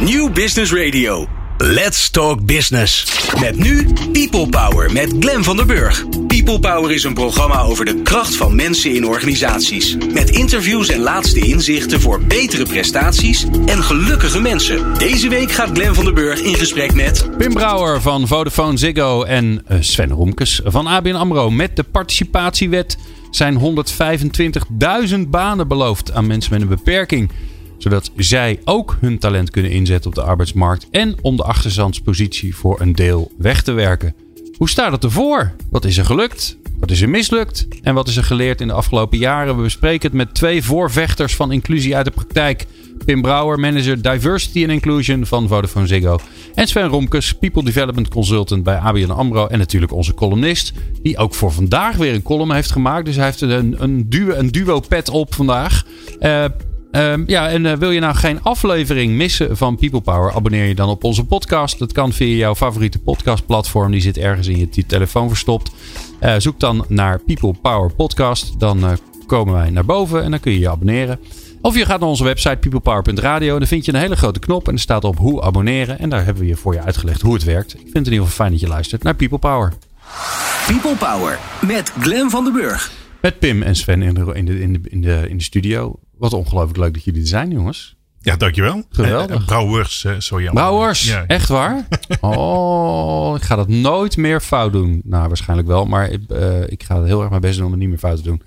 Nieuw Business Radio. Let's Talk Business. Met nu People Power met Glenn van der Burg. People Power is een programma over de kracht van mensen in organisaties. Met interviews en laatste inzichten voor betere prestaties en gelukkige mensen. Deze week gaat Glenn van der Burg in gesprek met Pim Brouwer van Vodafone Ziggo en Sven Romkes van ABN AMRO. Met de participatiewet zijn 125.000 banen beloofd aan mensen met een beperking. Zodat zij ook hun talent kunnen inzetten op de arbeidsmarkt en om de achterstandspositie voor een deel weg te werken. Hoe staat het ervoor? Wat is er gelukt? Wat is er mislukt? En wat is er geleerd in de afgelopen jaren? We bespreken het met twee voorvechters van inclusie uit de praktijk. Pim Brouwer, manager Diversity and Inclusion van Vodafone Ziggo. En Sven Romkes, People Development Consultant bij ABN AMRO. En natuurlijk onze columnist, die ook voor vandaag weer een column heeft gemaakt. Dus hij heeft een duo pet op vandaag. Wil je nou geen aflevering missen van People Power? Abonneer je dan op onze podcast. Dat kan via jouw favoriete podcastplatform. Die zit ergens in je telefoon verstopt. Zoek dan naar People Power Podcast. Dan komen wij naar boven en dan kun je je abonneren. Of je gaat naar onze website peoplepower.radio. Dan vind je een hele grote knop en er staat op hoe abonneren. En daar hebben we je voor je uitgelegd hoe het werkt. Ik vind het in ieder geval fijn dat je luistert naar People Power. People Power met Glenn van der Burg. Met Pim en Sven in de studio. Wat ongelooflijk leuk dat jullie er zijn, jongens. Ja, dankjewel. Geweldig. Brouwers, zo jammer. Brouwers? Ja. Echt waar? Oh, ik ga dat nooit meer fout doen. Nou, waarschijnlijk wel. Maar ik ga heel erg mijn best doen om het niet meer fout te doen.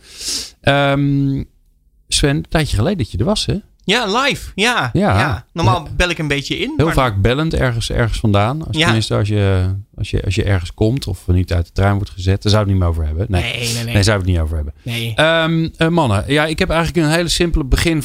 Sven, een tijdje geleden dat je er was, hè? Ja, live. Ja. Normaal bel ik een beetje in. Heel vaak bellend ergens vandaan. Tenminste, als je ergens komt of niet uit de trein wordt gezet. Daar zou ik het niet meer over hebben. Nee, daar zou ik het niet over hebben. Nee. Mannen, ja, ik heb eigenlijk een hele simpele begin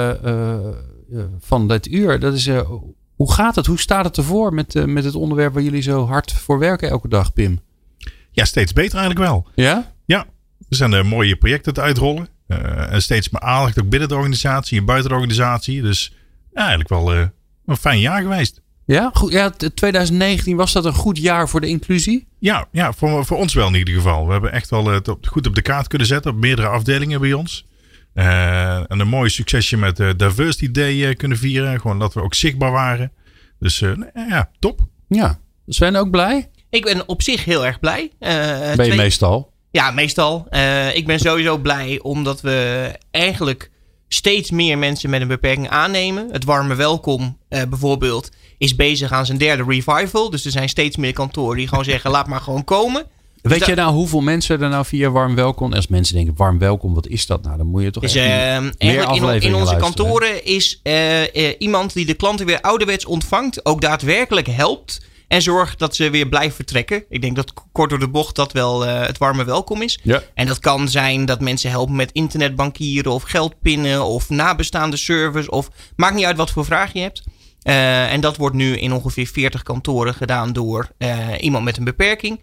van dit uur. Dat is, hoe gaat het? Hoe staat het ervoor met het onderwerp waar jullie zo hard voor werken elke dag, Pim? Ja, steeds beter eigenlijk wel. Ja? Ja, er zijn mooie projecten te uitrollen. En steeds meer aandacht ook binnen de organisatie en buiten de organisatie. Dus eigenlijk wel een fijn jaar geweest. Ja, goed. Ja, 2019 was dat een goed jaar voor de inclusie? Ja, voor ons wel in ieder geval. We hebben echt wel het goed op de kaart kunnen zetten op meerdere afdelingen bij ons. En een mooi succesje met Diversity Day kunnen vieren. Gewoon dat we ook zichtbaar waren. Dus top. Ja. Sven ook blij? Ik ben op zich heel erg blij. Ben je meestal? Ja, meestal. Ik ben sowieso blij omdat we eigenlijk steeds meer mensen met een beperking aannemen. Het Warme Welkom bijvoorbeeld is bezig aan zijn 3e revival. Dus er zijn steeds meer kantoren die gewoon zeggen laat maar gewoon komen. Weet je nou hoeveel mensen er nou via Warm Welkom... Als mensen denken Warm Welkom, wat is dat nou? Dan moet je toch meer afleveringen in onze luisteren. Kantoren is iemand die de klanten weer ouderwets ontvangt. Ook daadwerkelijk helpt. En zorgt dat ze weer blijven vertrekken. Ik denk dat kort door de bocht dat wel het Warme Welkom is. Ja. En dat kan zijn dat mensen helpen met internetbankieren of geldpinnen of nabestaande service. Of maakt niet uit wat voor vraag je hebt. En dat wordt nu in ongeveer 40 kantoren gedaan door iemand met een beperking.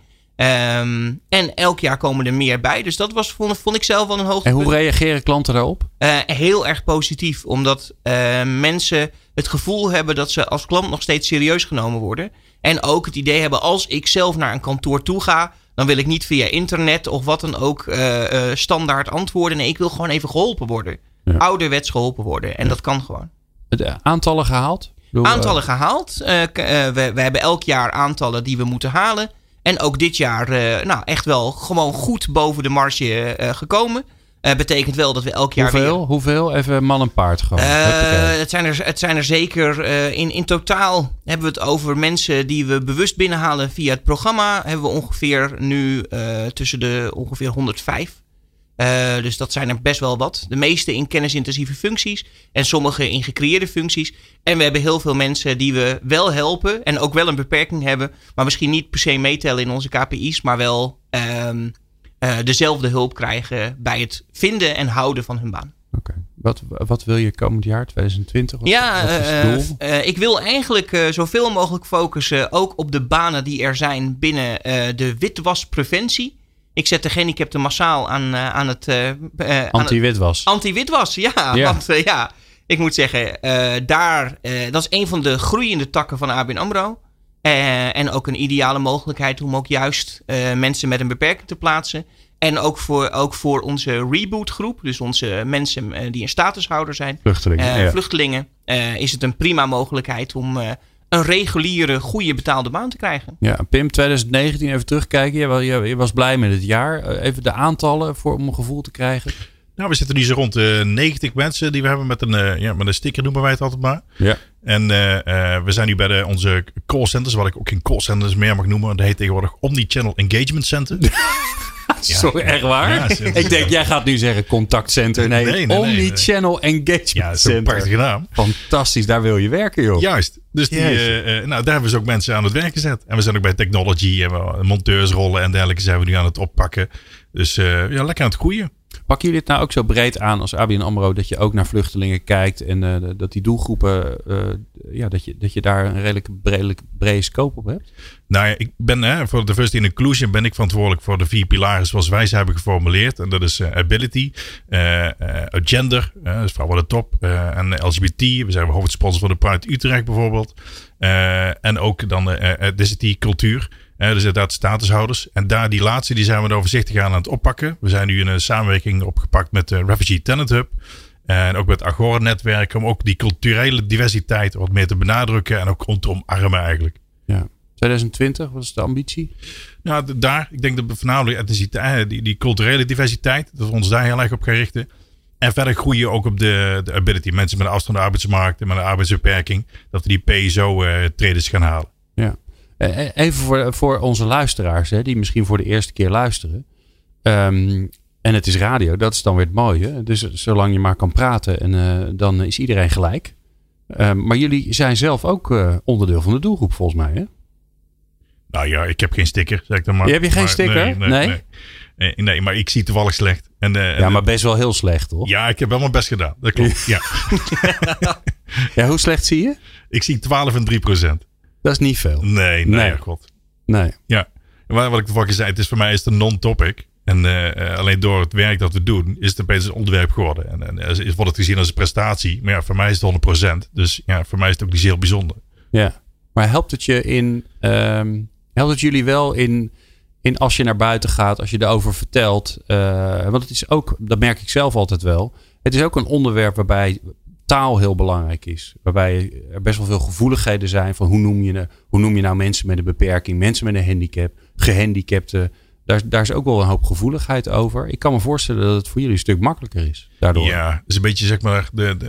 En elk jaar komen er meer bij. Dus dat vond ik zelf wel een hoogtepunt. En hoe reageren klanten daarop? Heel erg positief. Omdat mensen het gevoel hebben dat ze als klant nog steeds serieus genomen worden. En ook het idee hebben, als ik zelf naar een kantoor toe ga, dan wil ik niet via internet of wat dan ook standaard antwoorden. Nee, ik wil gewoon even geholpen worden. Ja. Ouderwets geholpen worden. En dat kan gewoon. De aantallen gehaald? Aantallen gehaald. We hebben elk jaar aantallen die we moeten halen. En ook dit jaar echt wel gewoon goed boven de marge gekomen. Betekent wel dat we elk jaar Hoeveel? Even man en paard gewoon. Het zijn er zeker... In totaal hebben we het over mensen die we bewust binnenhalen via het programma. Hebben we ongeveer nu tussen de ongeveer 105. Dus dat zijn er best wel wat. De meeste in kennisintensieve functies. En sommige in gecreëerde functies. En we hebben heel veel mensen die we wel helpen. En ook wel een beperking hebben. Maar misschien niet per se meetellen in onze KPI's. Maar wel dezelfde hulp krijgen bij het vinden en houden van hun baan. Oké. Wat wil je komend jaar, 2020? Wat is het doel? Ik wil eigenlijk zoveel mogelijk focussen ook op de banen die er zijn binnen de witwaspreventie. Ik zet de gehandicapten massaal aan het... Anti-witwas. Anti-witwas, ja. Want ik moet zeggen, dat is een van de groeiende takken van ABN AMRO. En ook een ideale mogelijkheid om ook juist mensen met een beperking te plaatsen. En ook voor onze rebootgroep, dus onze mensen die een statushouder zijn. Vluchtelingen. Is het een prima mogelijkheid om een reguliere, goede betaalde baan te krijgen. Ja, Pim, 2019 even terugkijken. Je was blij met het jaar. Even de aantallen om een gevoel te krijgen. Nou, we zitten nu zo rond de 90 mensen die we hebben met een sticker, noemen wij het altijd maar. Ja. En we zijn nu bij onze callcenters, wat ik ook geen callcenters meer mag noemen. Dat heet tegenwoordig Omnichannel Engagement Center. Sorry, echt waar? Ja, ik denk, jij gaat nu zeggen contactcenter. Nee, Omnichannel Engagement Center. Ja, zo'n prachtige naam. Fantastisch, daar wil je werken, joh. Juist. Dus daar hebben we dus ook mensen aan het werk gezet. En we zijn ook bij technology en monteursrollen en dergelijke zijn we nu aan het oppakken. Dus lekker aan het groeien. Pakken jullie het nou ook zo breed aan als ABN AMRO dat je ook naar vluchtelingen kijkt en dat die doelgroepen, dat je daar een redelijk brede scope op hebt? Nou ja, ik ben voor Diversity and Inclusion ben ik verantwoordelijk voor de 4 pilaren zoals wij ze hebben geformuleerd. En dat is ability, gender, dat is vrouwen de top, en LGBT. We zijn hoofdsponsor voor de Pride Utrecht bijvoorbeeld. En ook dan ethnicity, cultuur. Dus inderdaad statushouders. En die laatste die zijn we overzichtig aan het oppakken. We zijn nu in een samenwerking opgepakt met de Refugee Talent Hub. En ook met het Agora-netwerk. Om ook die culturele diversiteit wat meer te benadrukken. En ook te omarmen eigenlijk. Ja. 2020, wat is de ambitie? Nou, ik denk dat we voornamelijk etniciteit, die culturele diversiteit. Dat we ons daar heel erg op gaan richten. En verder groeien ook op de ability. Mensen met een afstand aan de arbeidsmarkt en met een arbeidsbeperking. Dat we die PSO-traders gaan halen. Ja. Even voor onze luisteraars, die misschien voor de eerste keer luisteren. En het is radio, dat is dan weer het mooie. Dus zolang je maar kan praten, en dan is iedereen gelijk. Maar jullie zijn zelf ook onderdeel van de doelgroep, volgens mij, hè? Nou ja, ik heb geen sticker, zeg ik dan maar. Heb je geen sticker? Nee, maar ik zie toevallig slecht. Maar best wel heel slecht, toch? Ja, ik heb wel mijn best gedaan. Dat klopt, ja. Ja, hoe slecht zie je? Ik zie 12 en 3%. Dat is niet veel. Nee, god. Nee. Ja, wat ik vorige zei, het is voor mij een non-topic. En alleen door het werk dat we doen, is het opeens een onderwerp geworden. En wordt het gezien als een prestatie. Maar ja, voor mij is het 100%. Dus ja, voor mij is het ook niet heel bijzonder. Ja, maar helpt het jullie wel in als je naar buiten gaat, als je erover vertelt? Want het is ook, dat merk ik zelf altijd wel. Het is ook een onderwerp waarbij taal heel belangrijk is. Waarbij er best wel veel gevoeligheden zijn van hoe noem je nou mensen met een beperking, mensen met een handicap, gehandicapten. Daar is ook wel een hoop gevoeligheid over. Ik kan me voorstellen dat het voor jullie een stuk makkelijker is daardoor. Ja, het is een beetje zeg maar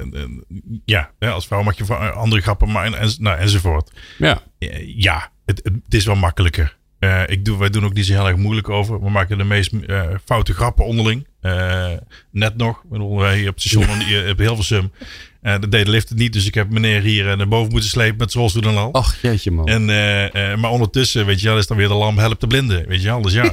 als vrouw mag je voor andere grappen maar enzovoort. Ja, het is wel makkelijker. Wij doen ook niet zo heel erg moeilijk over. We maken de meest foute grappen onderling. Net nog. Wij op het station op Hilversum. Dat deed de lift het niet. Dus ik heb meneer hier naar boven moeten slepen met zoals we dan al. Ach, jeetje man. Maar ondertussen, weet je wel, is dan weer de lam helpt de blinde. Weet je wel, dus ja.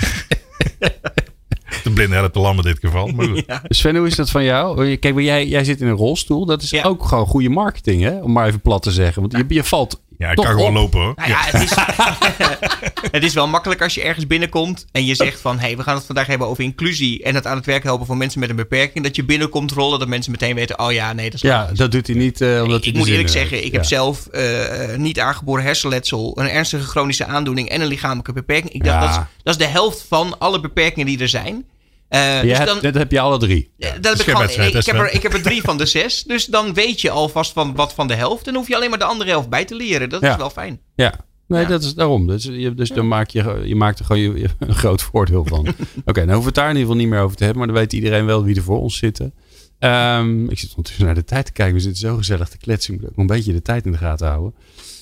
De blinde helpt de lam in dit geval. Maar goed. Ja. Sven, hoe is dat van jou? Kijk, jij zit in een rolstoel. Dat is ook gewoon goede marketing, hè? Om maar even plat te zeggen. Want je valt. Ja, ik kan gewoon lopen hoor. Nou ja, het is wel makkelijk als je ergens binnenkomt en je zegt van we gaan het vandaag hebben over inclusie en het aan het werk helpen van mensen met een beperking. Dat je binnenkomt rollen, dat mensen meteen weten, dat is dat doet hij niet omdat ik moet eerlijk zeggen, ik heb zelf niet aangeboren hersenletsel, een ernstige chronische aandoening en een lichamelijke beperking. Ik dacht, dat is de helft van alle beperkingen die er zijn. Dat heb je alle 3. Ik heb er 3 van de 6. Dus dan weet je alvast van wat van de helft. En dan hoef je alleen maar de andere helft bij te leren. Dat is wel fijn. Ja, dat is daarom. Dus dan maakt je maakt er gewoon een groot voordeel van. Oké, dan hoeven we het daar in ieder geval niet meer over te hebben. Maar dan weet iedereen wel wie er voor ons zitten. Ik zit ondertussen naar de tijd te kijken. We zitten zo gezellig te kletsen. Ik moet ook een beetje de tijd in de gaten houden.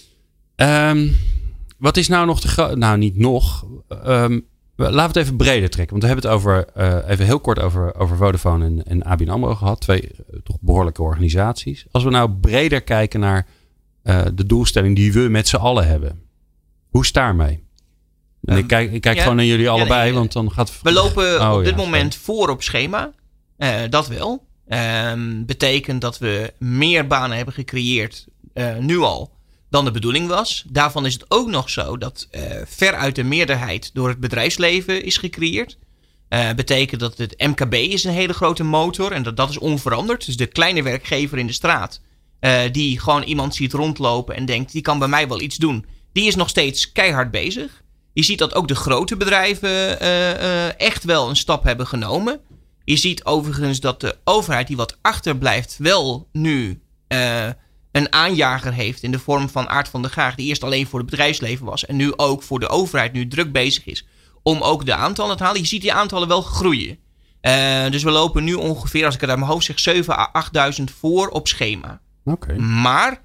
Wat is nou nog niet nog. Laten we het even breder trekken. Want we hebben het even heel kort over Vodafone en ABN AMRO gehad. 2 toch behoorlijke organisaties. Als we nou breder kijken naar de doelstelling die we met z'n allen hebben. Hoe is het daarmee? En ik kijk gewoon naar jullie allebei. Want dan gaat we lopen op dit moment voor op schema. Dat wel. Betekent dat we meer banen hebben gecreëerd nu al dan de bedoeling was. Daarvan is het ook nog zo dat veruit de meerderheid door het bedrijfsleven is gecreëerd. Betekent dat het MKB is een hele grote motor en dat is onveranderd. Dus de kleine werkgever in de straat die gewoon iemand ziet rondlopen en denkt, die kan bij mij wel iets doen. Die is nog steeds keihard bezig. Je ziet dat ook de grote bedrijven echt wel een stap hebben genomen. Je ziet overigens dat de overheid die wat achterblijft wel nu een aanjager heeft in de vorm van Aart van der Graag, die eerst alleen voor het bedrijfsleven was en nu ook voor de overheid nu druk bezig is om ook de aantallen te halen. Je ziet die aantallen wel groeien. Dus we lopen nu ongeveer, als ik het uit mijn hoofd zeg, 7.000 à 8.000 voor op schema. Okay. Maar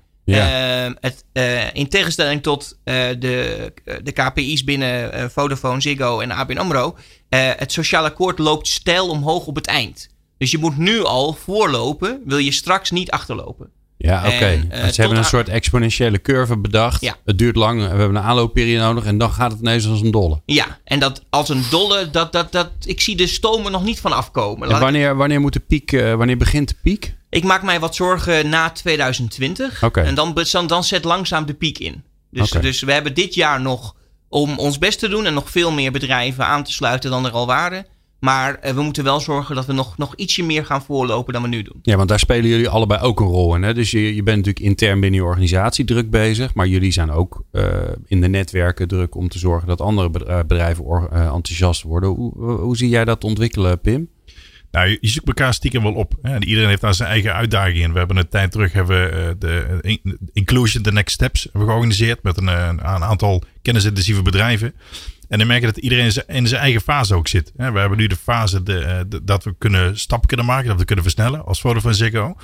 in tegenstelling tot de KPI's binnen Vodafone, Ziggo en ABN AMRO, het sociaal akkoord loopt steil omhoog op het eind. Dus je moet nu al voorlopen, wil je straks niet achterlopen. Ja, oké. Ze hebben een soort exponentiële curve bedacht. Ja. Het duurt lang, we hebben een aanloopperiode nodig en dan gaat het ineens als een dolle. Ja, en dat als een dolle, ik zie de stomen nog niet van afkomen. En wanneer moet de piek, wanneer begint de piek? Ik maak mij wat zorgen na 2020. Okay. En dan zet langzaam de piek in. Dus we hebben dit jaar nog om ons best te doen en nog veel meer bedrijven aan te sluiten dan er al waren. Maar we moeten wel zorgen dat we nog ietsje meer gaan voorlopen dan we nu doen. Ja, want daar spelen jullie allebei ook een rol in. Hè? Dus je bent natuurlijk intern binnen je organisatie druk bezig. Maar jullie zijn ook in de netwerken druk om te zorgen dat andere bedrijven enthousiast worden. Hoe zie jij dat ontwikkelen, Pim? Nou, je zoekt elkaar stiekem wel op. Hè? Iedereen heeft daar zijn eigen uitdagingen. We hebben een tijd terug de Inclusion The Next Steps georganiseerd met een aantal kennisintensieve bedrijven. En dan merk je dat iedereen in zijn eigen fase ook zit. We hebben nu de fase dat we stappen kunnen maken, dat we kunnen versnellen als Vodafone Ziggo.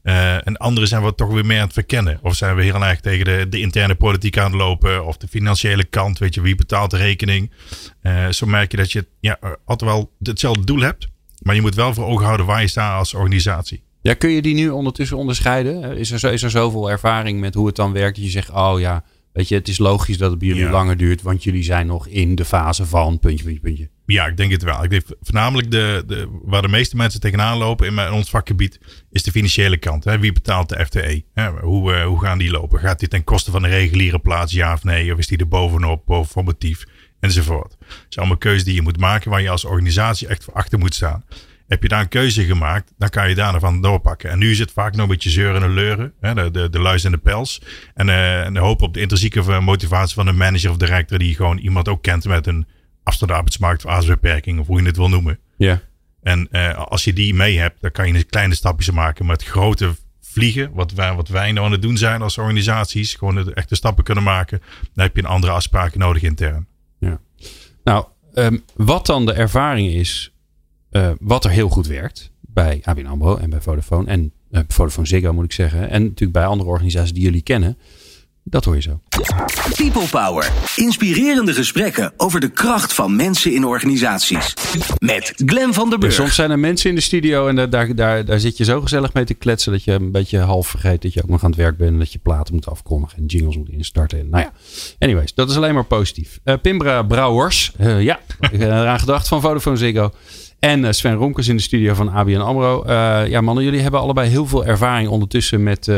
En anderen zijn we toch weer meer aan het verkennen. Of zijn we heel erg tegen de interne politiek aan het lopen. Of de financiële kant. Weet je, wie betaalt de rekening. Zo merk je dat je altijd wel hetzelfde doel hebt. Maar je moet wel voor ogen houden waar je staat als organisatie. Ja, kun je die nu ondertussen onderscheiden? Is er zoveel ervaring met hoe het dan werkt dat je zegt, oh ja, weet je, het is logisch dat het bij jullie langer duurt, want jullie zijn nog in de fase van puntje. Ja, ik denk het wel. Ik denk voornamelijk waar de meeste mensen tegenaan lopen in ons vakgebied is de financiële kant. Hè? Wie betaalt de FTE? Hoe gaan die lopen? Gaat dit ten koste van de reguliere plaats, ja of nee? Of is die er bovenop formatief? Enzovoort. Dat zijn allemaal keuzes die je moet maken waar je als organisatie echt voor achter moet staan. Heb je daar een keuze gemaakt, dan kan je daar van doorpakken. En nu is het vaak nog een beetje zeuren en leuren. Hè, de luis en de pels. En de hoop op de intrinsieke motivatie van een manager of director die gewoon iemand ook kent met een afstand arbeidsmarkt of ASW-beperking of hoe je het wil noemen. Ja. En als je die mee hebt, dan kan je kleine stapjes maken met grote vliegen. Wat wij nou aan het doen zijn als organisaties. Gewoon de echte stappen kunnen maken. Dan heb je een andere afspraken nodig intern. Ja. Nou, wat dan de ervaring is, wat er heel goed werkt bij ABN AMRO en bij Vodafone en Vodafone Ziggo moet ik zeggen. En natuurlijk bij andere organisaties die jullie kennen. Dat hoor je zo. People Power. Inspirerende gesprekken over de kracht van mensen in organisaties. Met Glenn van der Burg. Soms zijn er mensen in de studio en daar zit je zo gezellig mee te kletsen dat je een beetje half vergeet dat je ook nog aan het werk bent en dat je platen moet afkondigen en jingles moet instarten. En, nou ja, anyways, dat is alleen maar positief. Pimbra Brouwers, eraan gedacht van Vodafone Ziggo. En Sven Romkes in de studio van ABN AMRO. Mannen, jullie hebben allebei heel veel ervaring ondertussen met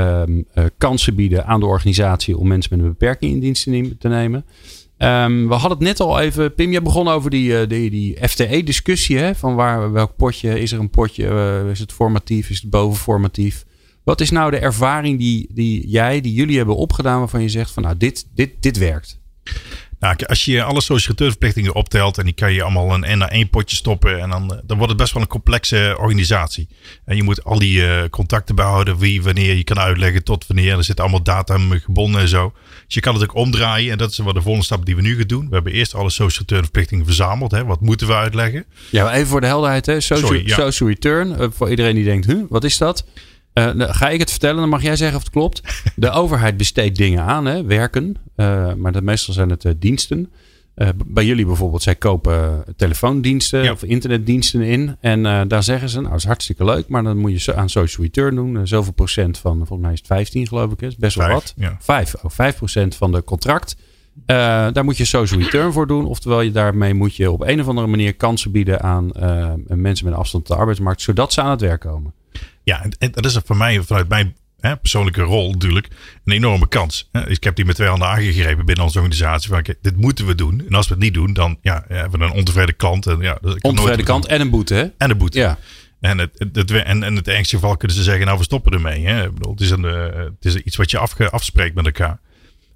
kansen bieden aan de organisatie om mensen met een beperking in dienst te nemen. We hadden het net al even, Pim, jij begon over die FTE-discussie. Hè? Van welk potje, is er een potje, is het formatief, is het bovenformatief? Wat is nou de ervaring die jullie hebben opgedaan waarvan je zegt van nou, dit werkt? Nou, als je alle sociaal-verplichtingen optelt en die kan je allemaal naar één potje stoppen en dan wordt het best wel een complexe organisatie. En je moet al die contacten behouden, wie, wanneer je kan uitleggen, tot wanneer. Er zitten allemaal data gebonden en zo. Dus je kan het ook omdraaien en dat is wat de volgende stap die we nu gaan doen. We hebben eerst alle social-verplichtingen verzameld. Hè. Wat moeten we uitleggen? Ja, maar even voor de helderheid. Hè. Social return, voor iedereen die denkt, wat is dat? Ga ik het vertellen, dan mag jij zeggen of het klopt. De overheid besteedt dingen aan, hè, werken. Maar meestal zijn het diensten. Bij jullie bijvoorbeeld, zij kopen telefoondiensten of internetdiensten in. En daar zeggen ze, nou dat is hartstikke leuk. Maar dan moet je aan social return doen. Zoveel procent van, volgens mij is het 15 geloof ik. Is best wel wat. Ja. 5% van de contract. Daar moet je social return voor doen. Oftewel, daarmee moet je op een of andere manier kansen bieden aan mensen met een afstand tot de arbeidsmarkt. Zodat ze aan het werk komen. Ja, en dat is voor mij vanuit mijn persoonlijke rol natuurlijk een enorme kans. Ik heb die met 2 handen aangegrepen binnen onze organisatie. Van, dit moeten we doen. En als we het niet doen, dan hebben we een ontevreden klant. Ontevreden klant en een boete, hè? En een boete. Ja. En het ergste geval kunnen ze zeggen, nou we stoppen ermee. Hè? Ik bedoel, het is iets wat je afspreekt met elkaar.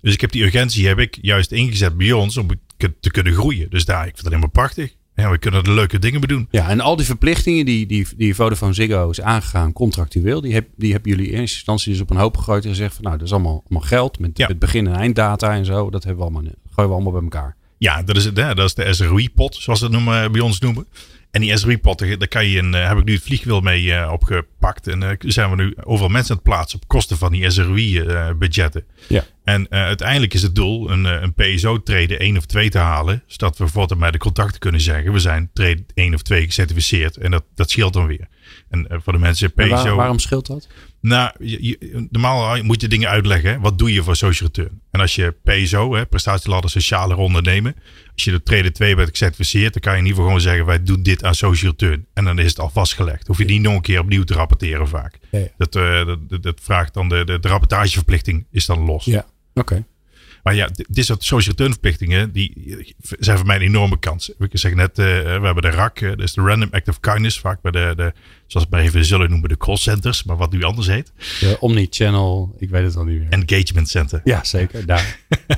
Dus ik heb die urgentie juist ingezet bij ons om te kunnen groeien. Dus daar, ik vind het alleen maar prachtig. Ja, we kunnen er leuke dingen mee doen. Ja, en al die verplichtingen die Vodafone Ziggo is aangegaan contractueel, die hebben jullie in eerste instantie dus op een hoop gegooid en gezegd van nou, dat is allemaal geld met begin- en einddata en zo. Dat hebben we allemaal, gooien we allemaal bij elkaar. Ja, dat is de SROI-pot, zoals we het bij ons noemen. En die SROI-pot, daar kan je heb ik nu het vliegwiel mee opgepakt. En zijn we nu overal mensen aan het plaatsen op kosten van die SROI-budgetten. Ja. En uiteindelijk is het doel een PSO-trade 1 of 2 te halen. Zodat we bijvoorbeeld bij de contacten kunnen zeggen, we zijn trade 1 of 2 gecertificeerd. En dat scheelt dan weer. En voor de mensen PSO... Waarom scheelt dat? Nou, normaal moet je dingen uitleggen. Hè? Wat doe je voor social return? En als je PSO, prestatieladder sociale ondernemen. Als je de trade 2 bent gecertificeerd, dan kan je in ieder geval gewoon zeggen, wij doen dit aan social return. En dan is het al vastgelegd. Hoef je niet nog een keer opnieuw te rapporteren vaak. Ja. Dat vraagt dan de rapportageverplichting is dan los. Ja, oké. Maar ja, dit soort social return verplichtingen, die zijn voor mij een enorme kans. Ik zeg net, we hebben de RAC, dus de Random Act of Kindness, vaak bij de zoals we maar even zullen noemen, de call centers, maar wat nu anders heet. De Omnichannel, ik weet het al niet meer. Engagement Center. Ja, zeker, daar.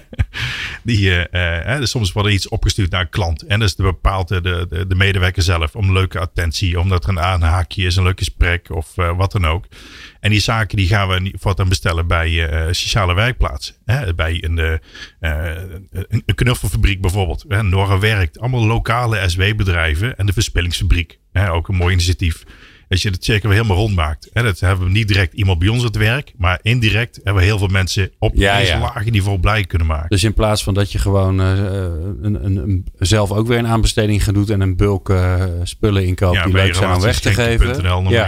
Dus soms wordt er iets opgestuurd naar een klant. En dat is bepaalt de medewerker zelf om leuke attentie, omdat er een aanhaakje is, een leuk gesprek of wat dan ook. En die zaken die gaan we voortaan bestellen bij sociale werkplaatsen. Bij een knuffelfabriek bijvoorbeeld. Nora Werkt. Allemaal lokale SW-bedrijven. En de Verspillingsfabriek. Ook een mooi initiatief. Als je het cirkel weer helemaal rond maakt. Dat hebben we niet direct iemand bij ons aan het werk. Maar indirect hebben we heel veel mensen op deze lage niveau blij kunnen maken. Dus in plaats van dat je gewoon zelf ook weer een aanbesteding gaat doen. En een bulk spullen inkoopt die leuk zijn om weg te geven.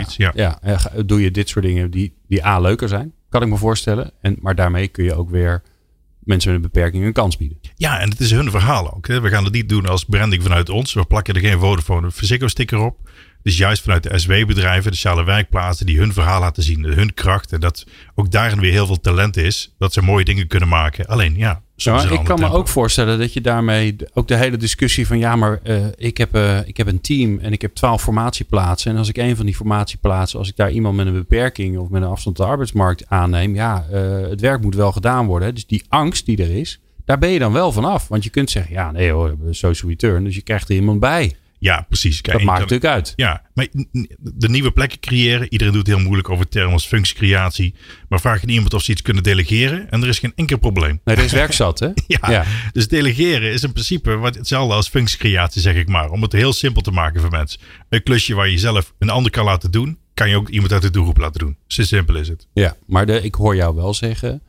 Doe je dit soort dingen die A leuker zijn. Kan ik me voorstellen. Maar daarmee kun je ook weer mensen met een beperking een kans bieden. Ja, en het is hun verhaal ook. We gaan het niet doen als branding vanuit ons. We plakken er geen Vodafone Ziggo sticker op. Dus juist vanuit de SW-bedrijven, de sociale werkplaatsen, die hun verhaal laten zien, hun kracht. En dat ook daarin weer heel veel talent is. Dat ze mooie dingen kunnen maken. Alleen ik kan me ook voorstellen dat je daarmee ook de hele discussie van ik heb een team en ik heb 12 formatieplaatsen. En als ik een van die formatieplaatsen, als ik daar iemand met een beperking of met een afstand tot de arbeidsmarkt aanneem, het werk moet wel gedaan worden. Dus die angst die er is, daar ben je dan wel vanaf. Want je kunt zeggen, nee hoor, we hebben social return, dus je krijgt er iemand bij. Ja, precies. Kijk, dat maakt natuurlijk uit. Ja, maar de nieuwe plekken creëren. Iedereen doet heel moeilijk over termen als functiecreatie. Maar vraag je niet iemand of ze iets kunnen delegeren. En er is geen enkel probleem. Nee, er is werk zat, hè? ja, dus delegeren is in principe hetzelfde als functiecreatie, zeg ik maar. Om het heel simpel te maken voor mensen. Een klusje waar je zelf een ander kan laten doen, kan je ook iemand uit de doelgroep laten doen. Zo simpel is het. Ja, maar ik hoor jou wel zeggen,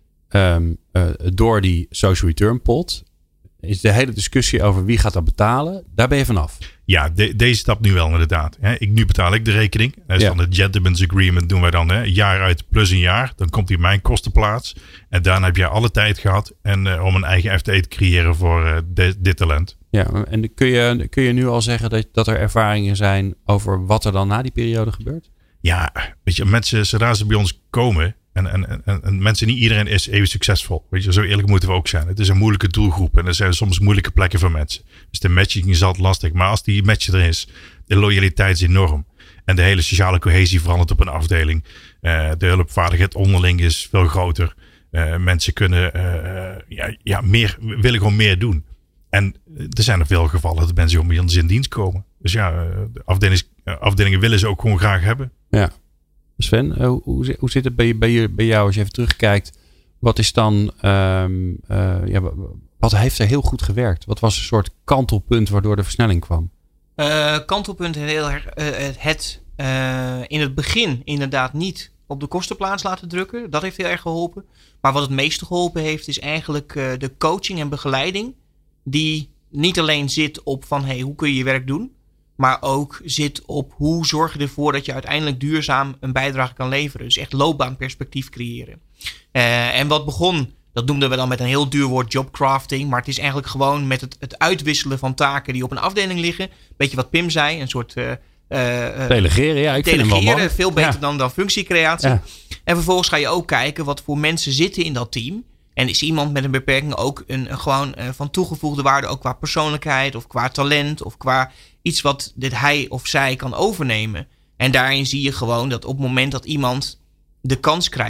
door die social return pot is de hele discussie over wie gaat dat betalen, daar ben je vanaf. Ja, deze stap nu wel inderdaad. Nu betaal ik de rekening. Dat is van de Gentleman's Agreement doen wij dan een jaar uit plus een jaar. Dan komt hij in mijn kostenplaats. En daarna heb je alle tijd gehad om een eigen FTE te creëren voor dit talent. Ja, en kun je nu al zeggen dat er ervaringen zijn over wat er dan na die periode gebeurt? Ja, weet je, mensen, zodra ze bij ons komen, en mensen, niet iedereen is even succesvol. Weet je, zo eerlijk moeten we ook zijn. Het is een moeilijke doelgroep en er zijn soms moeilijke plekken voor mensen. Dus de matching is altijd lastig. Maar als die match er is, de loyaliteit is enorm. En de hele sociale cohesie verandert op een afdeling. De hulpvaardigheid onderling is veel groter. Mensen kunnen willen gewoon meer doen. En er zijn er veel gevallen dat mensen gewoon bij ons in dienst komen. Dus de afdelingen willen ze ook gewoon graag hebben. Ja. Sven, hoe zit het bij jou als je even terugkijkt? Wat is dan, wat heeft er heel goed gewerkt? Wat was een soort kantelpunt waardoor de versnelling kwam? Kantelpunt heel erg in het begin inderdaad niet op de kostenplaats laten drukken. Dat heeft heel erg geholpen. Maar wat het meeste geholpen heeft is eigenlijk de coaching en begeleiding. Die niet alleen zit op van hoe kun je je werk doen. Maar ook zit op hoe zorg je ervoor dat je uiteindelijk duurzaam een bijdrage kan leveren. Dus echt loopbaanperspectief creëren. En wat begon, dat noemden we dan met een heel duur woord jobcrafting. Maar het is eigenlijk gewoon met het uitwisselen van taken die op een afdeling liggen. Beetje wat Pim zei, een soort delegeren, ik vind hem wel mooi. Veel beter dan functiecreatie. Ja. En vervolgens ga je ook kijken wat voor mensen zitten in dat team. En is iemand met een beperking ook gewoon van toegevoegde waarde, ook qua persoonlijkheid of qua talent of qua iets wat hij of zij kan overnemen. En daarin zie je gewoon dat op het moment dat iemand de kans krijgt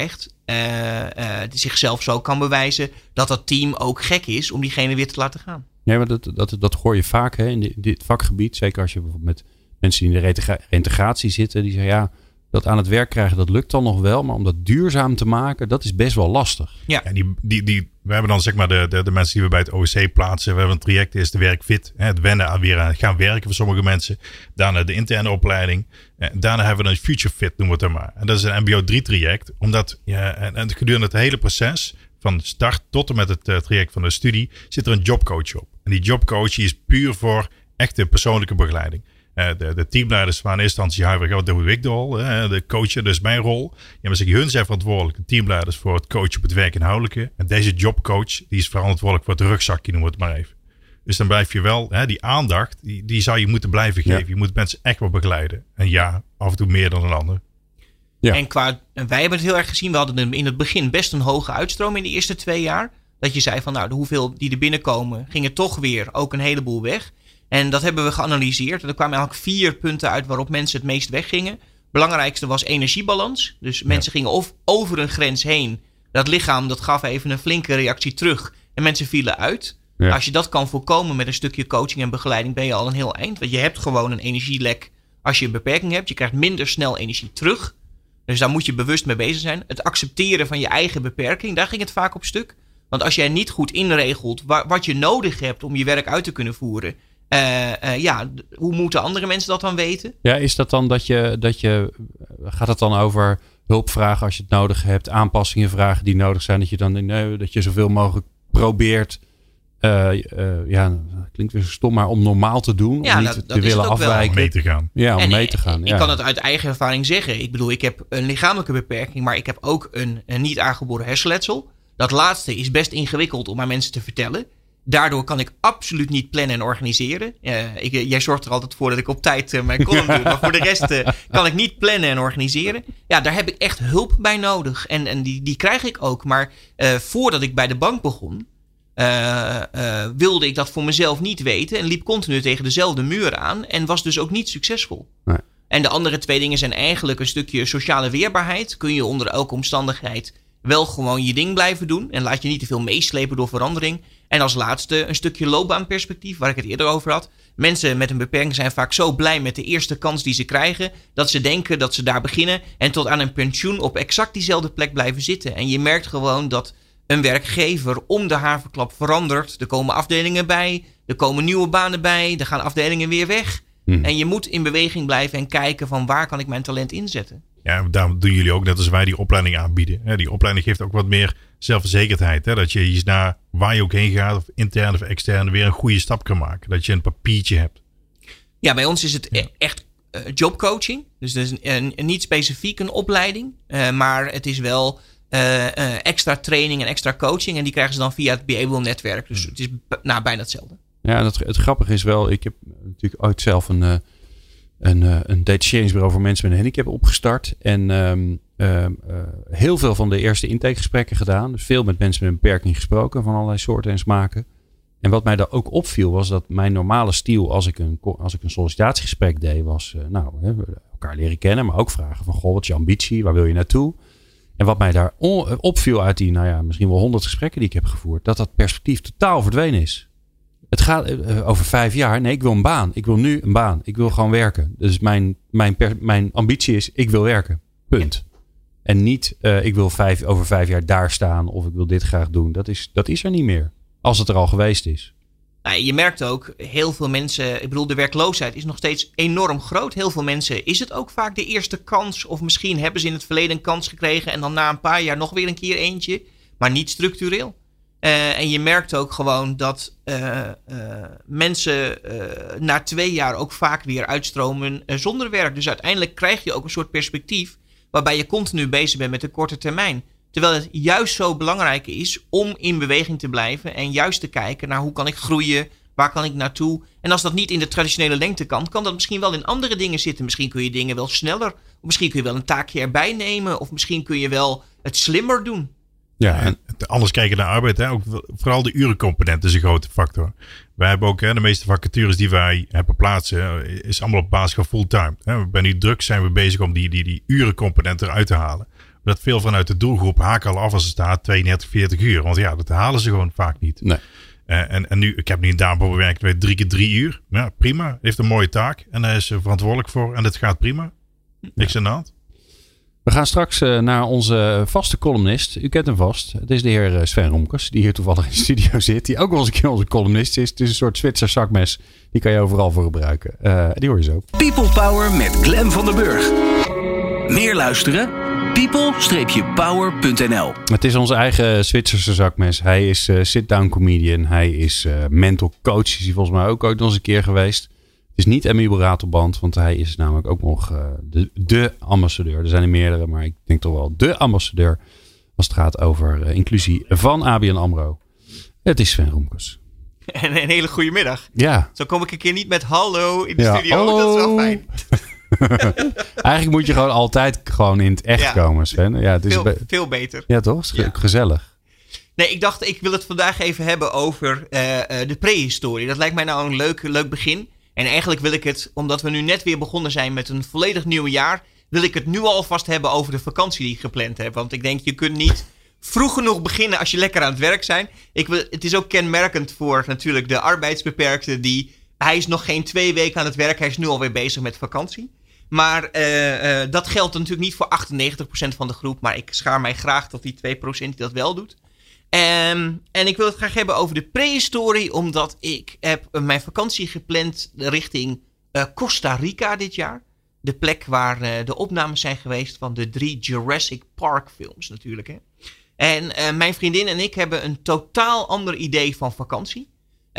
zichzelf zo kan bewijzen dat dat team ook gek is om diegene weer te laten gaan. Ja, maar dat hoor je vaak hè, in dit vakgebied. Zeker als je bijvoorbeeld met mensen die in de reintegratie zitten. Die zeggen dat aan het werk krijgen, dat lukt dan nog wel. Maar om dat duurzaam te maken, dat is best wel lastig. Ja, we hebben dan zeg maar de mensen die we bij het OEC plaatsen. We hebben een traject, is de werkfit. Het wennen aan weer gaan werken voor sommige mensen. Daarna de interne opleiding. Daarna hebben we een future fit, noemen we het dan maar. En dat is een MBO 3 traject. Omdat en gedurende het hele proces, van start tot en met het traject van de studie, zit er een jobcoach op. En die jobcoach is puur voor echte persoonlijke begeleiding. De teamleiders waren in eerste instantie, dat doe ik de coachen, dus mijn rol. Ja, maar hun zijn verantwoordelijk, de teamleiders, voor het coachen op het werkinhoudelijke. En deze jobcoach, die is verantwoordelijk voor het rugzakje, noemen we het maar even. Dus dan blijf je wel, die aandacht, die zou je moeten blijven geven. Ja. Je moet mensen echt wel begeleiden. En ja, af en toe meer dan een ander. Ja. En wij hebben het heel erg gezien. We hadden in het begin best een hoge uitstroom in de eerste 2 jaar. Dat je zei van de hoeveel die er binnenkomen, gingen toch weer ook een heleboel weg. En dat hebben we geanalyseerd. En er kwamen eigenlijk 4 punten uit waarop mensen het meest weggingen. Het belangrijkste was energiebalans. Dus mensen gingen of over een grens heen. Dat lichaam dat gaf even een flinke reactie terug. En mensen vielen uit. Ja. Als je dat kan voorkomen met een stukje coaching en begeleiding, ben je al een heel eind. Want je hebt gewoon een energielek als je een beperking hebt. Je krijgt minder snel energie terug. Dus daar moet je bewust mee bezig zijn. Het accepteren van je eigen beperking, daar ging het vaak op stuk. Want als jij niet goed inregelt wat je nodig hebt om je werk uit te kunnen voeren, hoe moeten andere mensen dat dan weten? Ja, is dat dan dat je gaat het dan over hulp vragen als je het nodig hebt, aanpassingen vragen die nodig zijn, dat je dan dat je zoveel mogelijk probeert, klinkt weer stom, maar om normaal te doen, om niet te willen afwijken. Om mee te gaan. Ja, om mee te gaan. Ik kan het uit eigen ervaring zeggen. Ik bedoel, ik heb een lichamelijke beperking, maar ik heb ook een niet aangeboren hersenletsel. Dat laatste is best ingewikkeld om aan mensen te vertellen. Daardoor kan ik absoluut niet plannen en organiseren. Jij zorgt er altijd voor dat ik op tijd mijn column doe. Maar voor de rest kan ik niet plannen en organiseren. Ja, daar heb ik echt hulp bij nodig. En die krijg ik ook. Maar voordat ik bij de bank begon, wilde ik dat voor mezelf niet weten. En liep continu tegen dezelfde muur aan. En was dus ook niet succesvol. Nee. En de andere 2 dingen zijn eigenlijk een stukje sociale weerbaarheid. Kun je onder elke omstandigheid wel gewoon je ding blijven doen. En laat je niet te veel meeslepen door verandering. En als laatste een stukje loopbaanperspectief, waar ik het eerder over had. Mensen met een beperking zijn vaak zo blij met de eerste kans die ze krijgen, dat ze denken dat ze daar beginnen en tot aan een pensioen op exact diezelfde plek blijven zitten. En je merkt gewoon dat een werkgever om de haverklap verandert. Er komen afdelingen bij, er komen nieuwe banen bij, er gaan afdelingen weer weg. En je moet in beweging blijven en kijken van waar kan ik mijn talent inzetten. Ja, daarom doen jullie ook net als wij die opleiding aanbieden. Die opleiding geeft ook wat meer zelfverzekerdheid. Dat je hier naar waar je ook heen gaat, of intern of extern, weer een goede stap kan maken. Dat je een papiertje hebt. Ja, bij ons is het echt jobcoaching. Dus dat is niet specifiek een opleiding. Maar het is wel extra training en extra coaching. En die krijgen ze dan via het Beable-netwerk. Dus het is bijna hetzelfde. Ja, het grappige is wel, ik heb natuurlijk ooit zelf een detacheringsbureau voor mensen met een handicap opgestart. En heel veel van de eerste intakegesprekken gedaan. Dus veel met mensen met een beperking gesproken van allerlei soorten en smaken. En wat mij daar ook opviel was dat mijn normale stijl als ik een sollicitatiegesprek deed was elkaar leren kennen. Maar ook vragen van wat is je ambitie? Waar wil je naartoe? En wat mij daar opviel uit die misschien wel 100 gesprekken die ik heb gevoerd. Dat perspectief totaal verdwenen is. Het gaat over 5 jaar. Nee, ik wil een baan. Ik wil nu een baan. Ik wil gewoon werken. Dus mijn ambitie is, ik wil werken. Punt. Ja. En niet, ik wil over 5 jaar daar staan. Of ik wil dit graag doen. Dat is er niet meer. Als het er al geweest is. Nou, je merkt ook, heel veel mensen, ik bedoel, de werkloosheid is nog steeds enorm groot. Heel veel mensen is het ook vaak de eerste kans. Of misschien hebben ze in het verleden een kans gekregen. En dan na een paar jaar nog weer een keer eentje. Maar niet structureel. En je merkt ook gewoon dat mensen na 2 jaar ook vaak weer uitstromen zonder werk. Dus uiteindelijk krijg je ook een soort perspectief waarbij je continu bezig bent met de korte termijn. Terwijl het juist zo belangrijk is om in beweging te blijven en juist te kijken naar hoe kan ik groeien, waar kan ik naartoe. En als dat niet in de traditionele lengte kan dat misschien wel in andere dingen zitten. Misschien kun je dingen wel sneller, of misschien kun je wel een taakje erbij nemen, of misschien kun je wel het slimmer doen. Ja, en anders kijken naar arbeid. Ook vooral de urencomponent is een grote factor. Wij hebben ook de meeste vacatures die wij hebben plaatsen, is allemaal op basis van fulltime. Bij nu druk zijn we bezig om die urencomponent eruit te halen. dat veel vanuit de doelgroep haken al af als het staat 32, 40 uur. Want ja, dat halen ze gewoon vaak niet. Nee. En nu, ik heb nu een dame bewerkt met 3 keer 3 uur. Ja, prima. Heeft een mooie taak. En hij is er verantwoordelijk voor. En het gaat prima. Niks aan de hand. We gaan straks naar onze vaste columnist. U kent hem vast. Het is de heer Sven Romkes. Die hier toevallig in de studio zit. Die ook wel eens een keer onze columnist is. Het is een soort Zwitser zakmes. Die kan je overal voor gebruiken. Die hoor je zo. People Power met Glenn van der Burg. Meer luisteren? people-power.nl. Het is onze eigen Zwitserse zakmes. Hij is sit-down comedian. Hij is mental coach. Is hij volgens mij ook ooit nog eens een keer geweest. Het is niet Emil Ratelband, want hij is namelijk ook nog de ambassadeur. Er zijn er meerdere, maar ik denk toch wel de ambassadeur als het gaat over inclusie van ABN AMRO. Het is Sven Romkes. En een hele goede middag. Ja. Zo kom ik een keer niet met hallo in de studio. Hallo. Dat is wel fijn. Eigenlijk moet je gewoon altijd gewoon in het echt komen, Sven. Ja, het is veel beter. Ja, toch? Is gezellig. Nee, ik dacht, ik wil het vandaag even hebben over de prehistorie. Dat lijkt mij nou een leuk begin. En eigenlijk wil ik het, omdat we nu net weer begonnen zijn met een volledig nieuw jaar, wil ik het nu alvast hebben over de vakantie die ik gepland heb. Want ik denk, je kunt niet vroeg genoeg beginnen als je lekker aan het werk bent. Het is ook kenmerkend voor natuurlijk de arbeidsbeperkte. Hij is nog geen 2 weken aan het werk. Hij is nu alweer bezig met vakantie. Maar dat geldt natuurlijk niet voor 98% van de groep. Maar ik schaar mij graag tot die 2% die dat wel doet. En ik wil het graag hebben over de prehistorie. Omdat ik heb mijn vakantie gepland richting Costa Rica dit jaar. De plek waar de opnames zijn geweest van de 3 Jurassic Park films natuurlijk. Hè. En mijn vriendin en ik hebben een totaal ander idee van vakantie.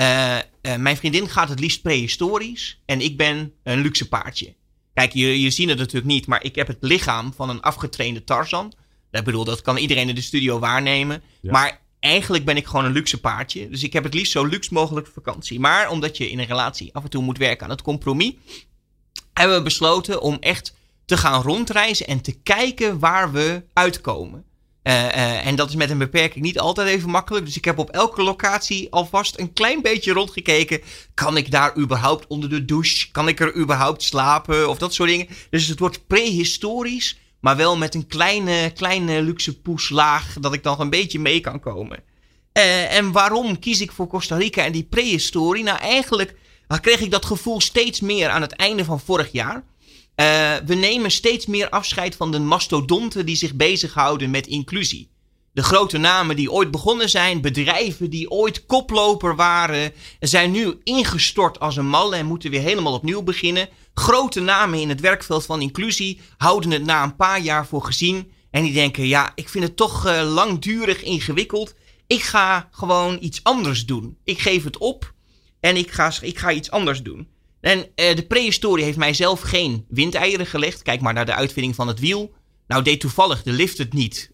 Mijn vriendin gaat het liefst prehistorisch. En ik ben een luxe paardje. Kijk, je ziet het natuurlijk niet. Maar ik heb het lichaam van een afgetrainde Tarzan. Ik bedoel, dat kan iedereen in de studio waarnemen. Ja. Maar eigenlijk ben ik gewoon een luxe paardje. Dus ik heb het liefst zo luxe mogelijk vakantie. Maar omdat je in een relatie af en toe moet werken aan het compromis, hebben we besloten om echt te gaan rondreizen en te kijken waar we uitkomen. En dat is met een beperking niet altijd even makkelijk. Dus ik heb op elke locatie alvast een klein beetje rondgekeken. Kan ik daar überhaupt onder de douche? Kan ik er überhaupt slapen? Of dat soort dingen. Dus het wordt prehistorisch, maar wel met een kleine luxe poeslaag, dat ik dan een beetje mee kan komen. En waarom kies ik voor Costa Rica en die prehistorie? Nou, eigenlijk kreeg ik dat gevoel steeds meer aan het einde van vorig jaar. We nemen steeds meer afscheid van de mastodonten die zich bezighouden met inclusie. De grote namen die ooit begonnen zijn, bedrijven die ooit koploper waren, zijn nu ingestort als een mal en moeten weer helemaal opnieuw beginnen. Grote namen in het werkveld van inclusie houden het na een paar jaar voor gezien. En die denken, ja, ik vind het toch langdurig ingewikkeld. Ik ga gewoon iets anders doen. Ik geef het op en ik ga iets anders doen. En de prehistorie heeft mij zelf geen windeieren gelegd. Kijk maar naar de uitvinding van het wiel. Nou deed toevallig de lift het niet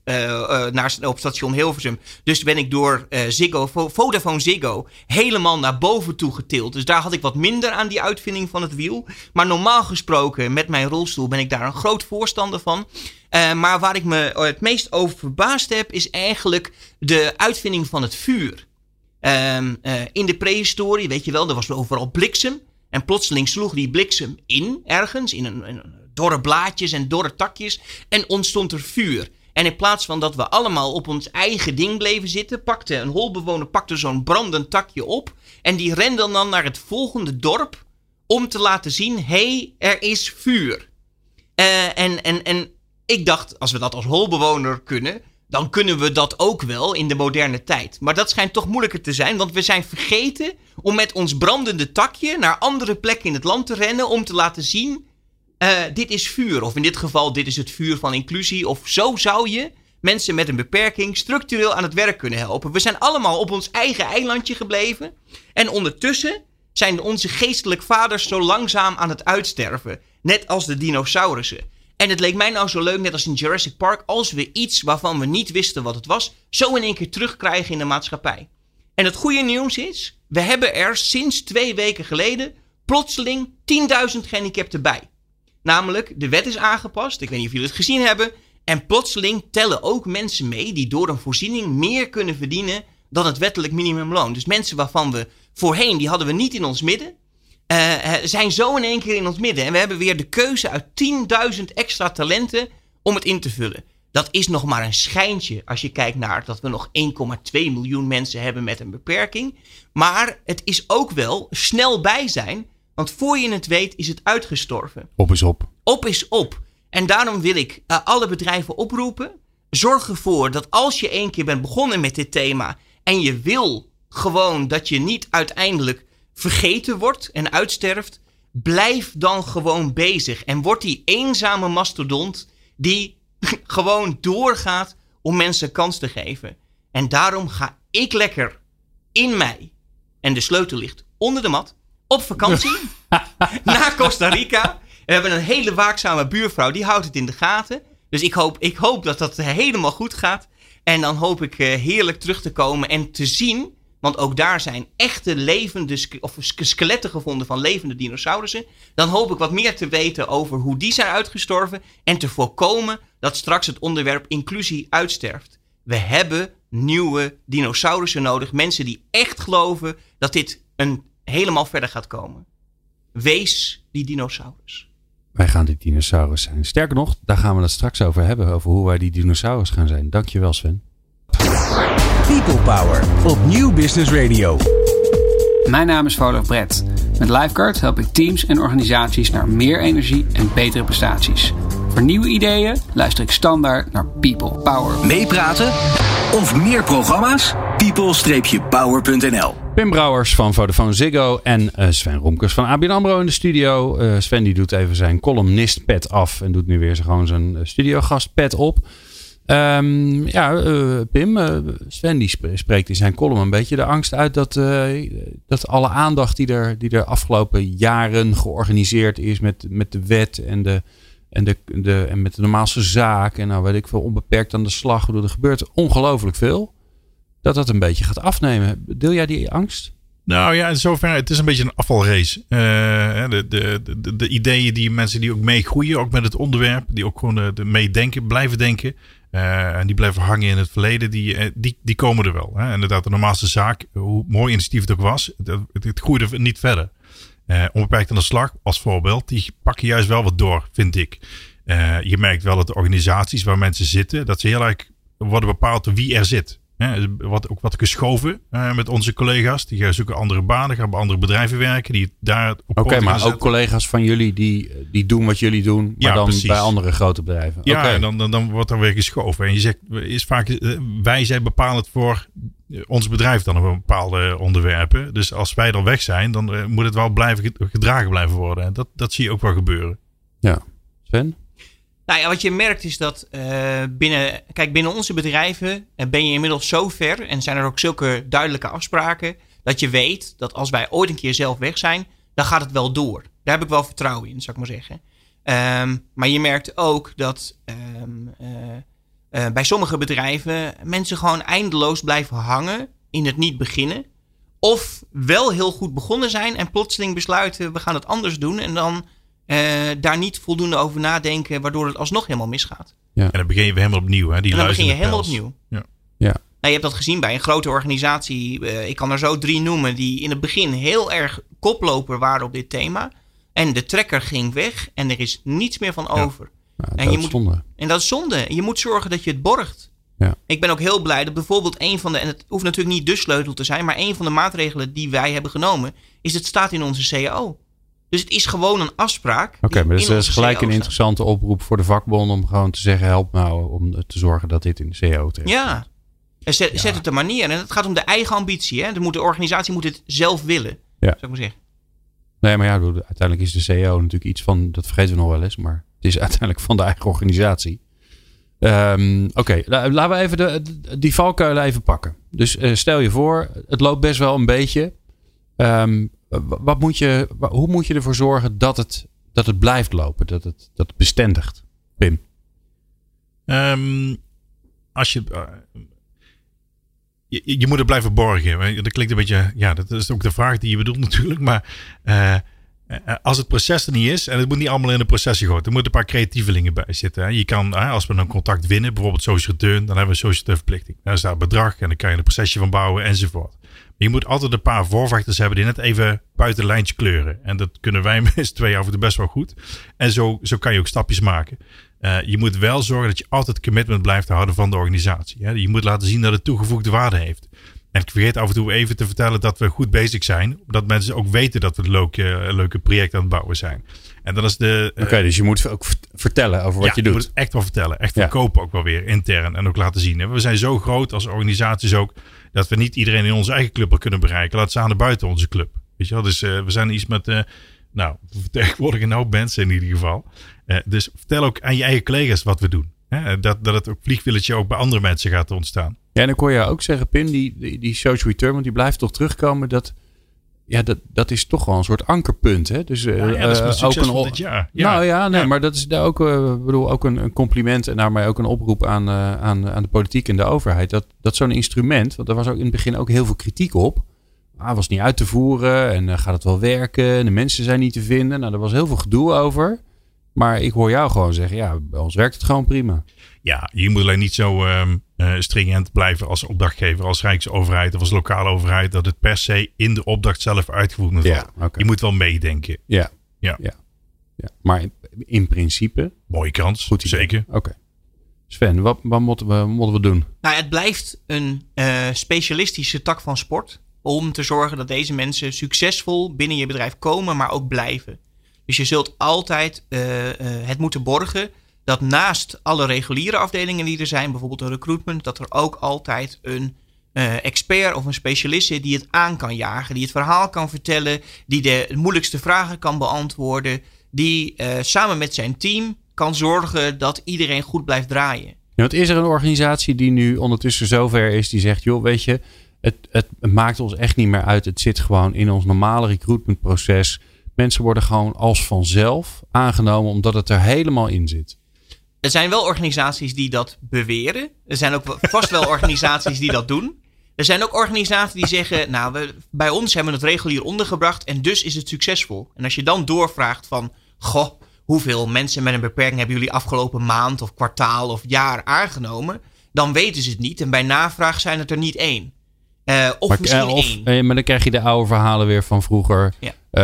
op station Hilversum. Dus ben ik door Vodafone Ziggo helemaal naar boven toe getild. Dus daar had ik wat minder aan die uitvinding van het wiel. Maar normaal gesproken met mijn rolstoel ben ik daar een groot voorstander van. Maar waar ik me het meest over verbaasd heb is eigenlijk de uitvinding van het vuur. In de prehistorie, weet je wel, er was overal bliksem. En plotseling sloeg die bliksem ergens in een dorre blaadjes en dorre takjes. En ontstond er vuur. En in plaats van dat we allemaal op ons eigen ding bleven zitten, een holbewoner pakte zo'n brandend takje op. En die rende dan naar het volgende dorp om te laten zien, hé, er is vuur. En ik dacht, als we dat als holbewoner kunnen, dan kunnen we dat ook wel in de moderne tijd. Maar dat schijnt toch moeilijker te zijn, want we zijn vergeten om met ons brandende takje naar andere plekken in het land te rennen om te laten zien, dit is vuur. Of in dit geval, dit is het vuur van inclusie. Of zo zou je mensen met een beperking structureel aan het werk kunnen helpen. We zijn allemaal op ons eigen eilandje gebleven. En ondertussen zijn onze geestelijk vaders zo langzaam aan het uitsterven. Net als de dinosaurussen. En het leek mij nou zo leuk, net als in Jurassic Park, als we iets waarvan we niet wisten wat het was, zo in één keer terugkrijgen in de maatschappij. En het goede nieuws is, we hebben er sinds 2 weken geleden plotseling 10.000 gehandicapten bij. Namelijk, de wet is aangepast, ik weet niet of jullie het gezien hebben, en plotseling tellen ook mensen mee die door een voorziening meer kunnen verdienen dan het wettelijk minimumloon. Dus mensen waarvan we voorheen, die hadden we niet in ons midden, zijn zo in één keer in ons midden. En we hebben weer de keuze uit 10.000 extra talenten om het in te vullen. Dat is nog maar een schijntje als je kijkt naar dat we nog 1,2 miljoen mensen hebben met een beperking. Maar het is ook wel snel bij zijn. Want voor je het weet is het uitgestorven. Op is op. Op is op. En daarom wil ik alle bedrijven oproepen. Zorg ervoor dat als je 1 keer bent begonnen met dit thema. En je wil gewoon dat je niet uiteindelijk vergeten wordt en uitsterft. Blijf dan gewoon bezig. En word die eenzame mastodont die gewoon doorgaat om mensen kans te geven. En daarom ga ik lekker in mei. En de sleutel ligt onder de mat. Op vakantie. Naar Costa Rica. We hebben een hele waakzame buurvrouw. Die houdt het in de gaten. Dus ik hoop dat dat helemaal goed gaat. En dan hoop ik heerlijk terug te komen en te zien. Want ook daar zijn echte levende skeletten gevonden van levende dinosaurussen. Dan hoop ik wat meer te weten over hoe die zijn uitgestorven. En te voorkomen dat straks het onderwerp inclusie uitsterft. We hebben nieuwe dinosaurussen nodig. Mensen die echt geloven dat dit helemaal verder gaat komen. Wees die dinosaurus. Wij gaan die dinosaurus zijn. Sterker nog, daar gaan we het straks over hebben. Over hoe wij die dinosaurus gaan zijn. Dankjewel, Sven. People Power op Nieuw Business Radio. Mijn naam is Volof Brett. Met Lifeguard help ik teams en organisaties naar meer energie en betere prestaties. Voor nieuwe ideeën luister ik standaard naar People Power. Meepraten of meer programma's? people-power.nl. Pim Brouwers van Vodafone Ziggo en Sven Romkes van ABN AMRO in de studio. Sven die doet even zijn columnist-pet af en doet nu weer gewoon zijn studiogast-pet op. Pim, Sven die spreekt in zijn column een beetje de angst uit dat alle aandacht die er afgelopen jaren georganiseerd is met de wet en met de normaalste zaak en nou weet ik veel, onbeperkt aan de slag. Er gebeurt ongelooflijk veel. Dat een beetje gaat afnemen. Deel jij die angst? Nou ja, in zoverre, het is een beetje een afvalrace. De ideeën die mensen die ook meegroeien, ook met het onderwerp, die ook gewoon meedenken, blijven denken. En die blijven hangen in het verleden, die komen er wel. Hè? Inderdaad, de normaalste zaak, hoe mooi initiatief het ook was, het groeide niet verder. Onbeperkt aan de slag, als voorbeeld, die pakken juist wel wat door, vind ik. Je merkt wel dat de organisaties waar mensen zitten, dat ze heel erg worden bepaald door wie er zit. Wat geschoven met onze collega's. Die gaan zoeken andere banen, gaan bij andere bedrijven werken. Die daar Oké, maar ook collega's van jullie die doen wat jullie doen, maar ja, dan precies. Bij andere grote bedrijven. Ja, okay. En dan wordt er weer geschoven. En je zegt, is vaak, wij zijn bepalend voor ons bedrijf dan op bepaalde onderwerpen. Dus als wij er weg zijn, dan moet het wel gedragen blijven worden. En dat zie je ook wel gebeuren. Ja, Sven? Nou ja, wat je merkt is dat binnen onze bedrijven ben je inmiddels zo ver en zijn er ook zulke duidelijke afspraken dat je weet dat als wij ooit een keer zelf weg zijn, dan gaat het wel door. Daar heb ik wel vertrouwen in, zou ik maar zeggen. Maar je merkt ook dat bij sommige bedrijven mensen gewoon eindeloos blijven hangen in het niet beginnen. Of wel heel goed begonnen zijn en plotseling besluiten we gaan het anders doen en dan daar niet voldoende over nadenken, waardoor het alsnog helemaal misgaat. Ja. En dan begin je weer helemaal opnieuw. Hè? Dan begin je helemaal opnieuw. Ja. Ja. Nou, je hebt dat gezien bij een grote organisatie. Ik kan er zo 3 noemen die in het begin heel erg koploper waren op dit thema. En de trekker ging weg en er is niets meer van over. Ja, en dat is zonde. Je moet zorgen dat je het borgt. Ja. Ik ben ook heel blij dat bijvoorbeeld en het hoeft natuurlijk niet de sleutel te zijn, maar een van de maatregelen die wij hebben genomen is het staat in onze CAO. Dus het is gewoon een afspraak. Oké, maar dat is gelijk een interessante oproep voor de vakbond om gewoon te zeggen, help nou om te zorgen dat dit in de CAO terecht. Ja, zet het er maar neer. En het gaat om de eigen ambitie. Hè? De organisatie moet het zelf willen, zou ik maar zeggen. Nee, maar ja, uiteindelijk is de CAO natuurlijk iets van, dat vergeten we nog wel eens, maar het is uiteindelijk van de eigen organisatie. Oké, laten we even die valkuilen even pakken. Dus stel je voor, het loopt best wel een beetje. Hoe moet je ervoor zorgen dat het blijft lopen? Dat het bestendigt? Pim? Je moet het blijven borgen. Dat klinkt een beetje... Ja, dat is ook de vraag die je bedoelt natuurlijk. Maar Als het proces er niet is, en het moet niet allemaal in een proces gegooid, er moeten een paar creatievelingen bij zitten. Hè. Je kan, als we een contact winnen, bijvoorbeeld social return, dan hebben we een social return verplichting. Daar staat bedrag en dan kan je een procesje van bouwen enzovoort. Maar je moet altijd een paar voorvechters hebben die net even buiten het lijntje kleuren. En dat kunnen wij met z'n tweeën af en toe best wel goed. En zo kan je ook stapjes maken. Je moet wel zorgen dat je altijd commitment blijft houden van de organisatie. Hè. Je moet laten zien dat het toegevoegde waarde heeft. En ik vergeet af en toe even te vertellen dat we goed bezig zijn. Dat mensen ook weten dat we een leuke project aan het bouwen zijn. En dat is Oké, dus je moet ook vertellen over wat je doet. Je moet het echt wel vertellen. Echt verkopen ook wel weer intern. En ook laten zien. We zijn zo groot als organisaties ook. Dat we niet iedereen in onze eigen club al kunnen bereiken. Laat staan buiten onze club. Weet je wel? Dus we zijn iets met... we vertegenwoordigen een hoop mensen in ieder geval. Dus vertel ook aan je eigen collega's wat we doen. Dat het ook vliegwieltje ook bij andere mensen gaat ontstaan. Ja, en dan kon je ook zeggen, Pim, die social return, want die blijft toch terugkomen. Dat is toch wel een soort ankerpunt. Hè? Dus, dat is ook van dit jaar. Ja. Maar dat is daar ook, ook een compliment en daarmee ook een oproep aan de politiek en de overheid. Dat zo'n instrument, want er was ook in het begin ook heel veel kritiek op. Was niet uit te voeren en gaat het wel werken? En de mensen zijn niet te vinden. Nou, er was heel veel gedoe over. Maar ik hoor jou gewoon zeggen, bij ons werkt het gewoon prima. Ja, je moet alleen niet zo stringent blijven als opdrachtgever, als Rijksoverheid of als lokale overheid, dat het per se in de opdracht zelf uitgevoerd moet worden. Okay. Je moet wel meedenken. Ja. Maar in principe... Mooie kans, goed zeker. Oké. Sven, wat moeten we doen? Nou, het blijft een specialistische tak van sport om te zorgen dat deze mensen succesvol binnen je bedrijf komen, maar ook blijven. Dus je zult altijd het moeten borgen dat naast alle reguliere afdelingen die er zijn, bijvoorbeeld een recruitment, dat er ook altijd een expert of een specialist zit die het aan kan jagen, die het verhaal kan vertellen, die de moeilijkste vragen kan beantwoorden, die samen met zijn team kan zorgen dat iedereen goed blijft draaien. Ja, want is er een organisatie die nu ondertussen zover is die zegt, joh, weet je, het maakt ons echt niet meer uit. Het zit gewoon in ons normale recruitmentproces. Mensen worden gewoon als vanzelf aangenomen omdat het er helemaal in zit. Er zijn wel organisaties die dat beweren. Er zijn ook vast wel organisaties die dat doen. Er zijn ook organisaties die zeggen, bij ons hebben we het regulier ondergebracht en dus is het succesvol. En als je dan doorvraagt van, hoeveel mensen met een beperking hebben jullie afgelopen maand of kwartaal of jaar aangenomen, dan weten ze het niet. En bij navraag zijn het er niet één. Misschien één. Maar dan krijg je de oude verhalen weer van vroeger.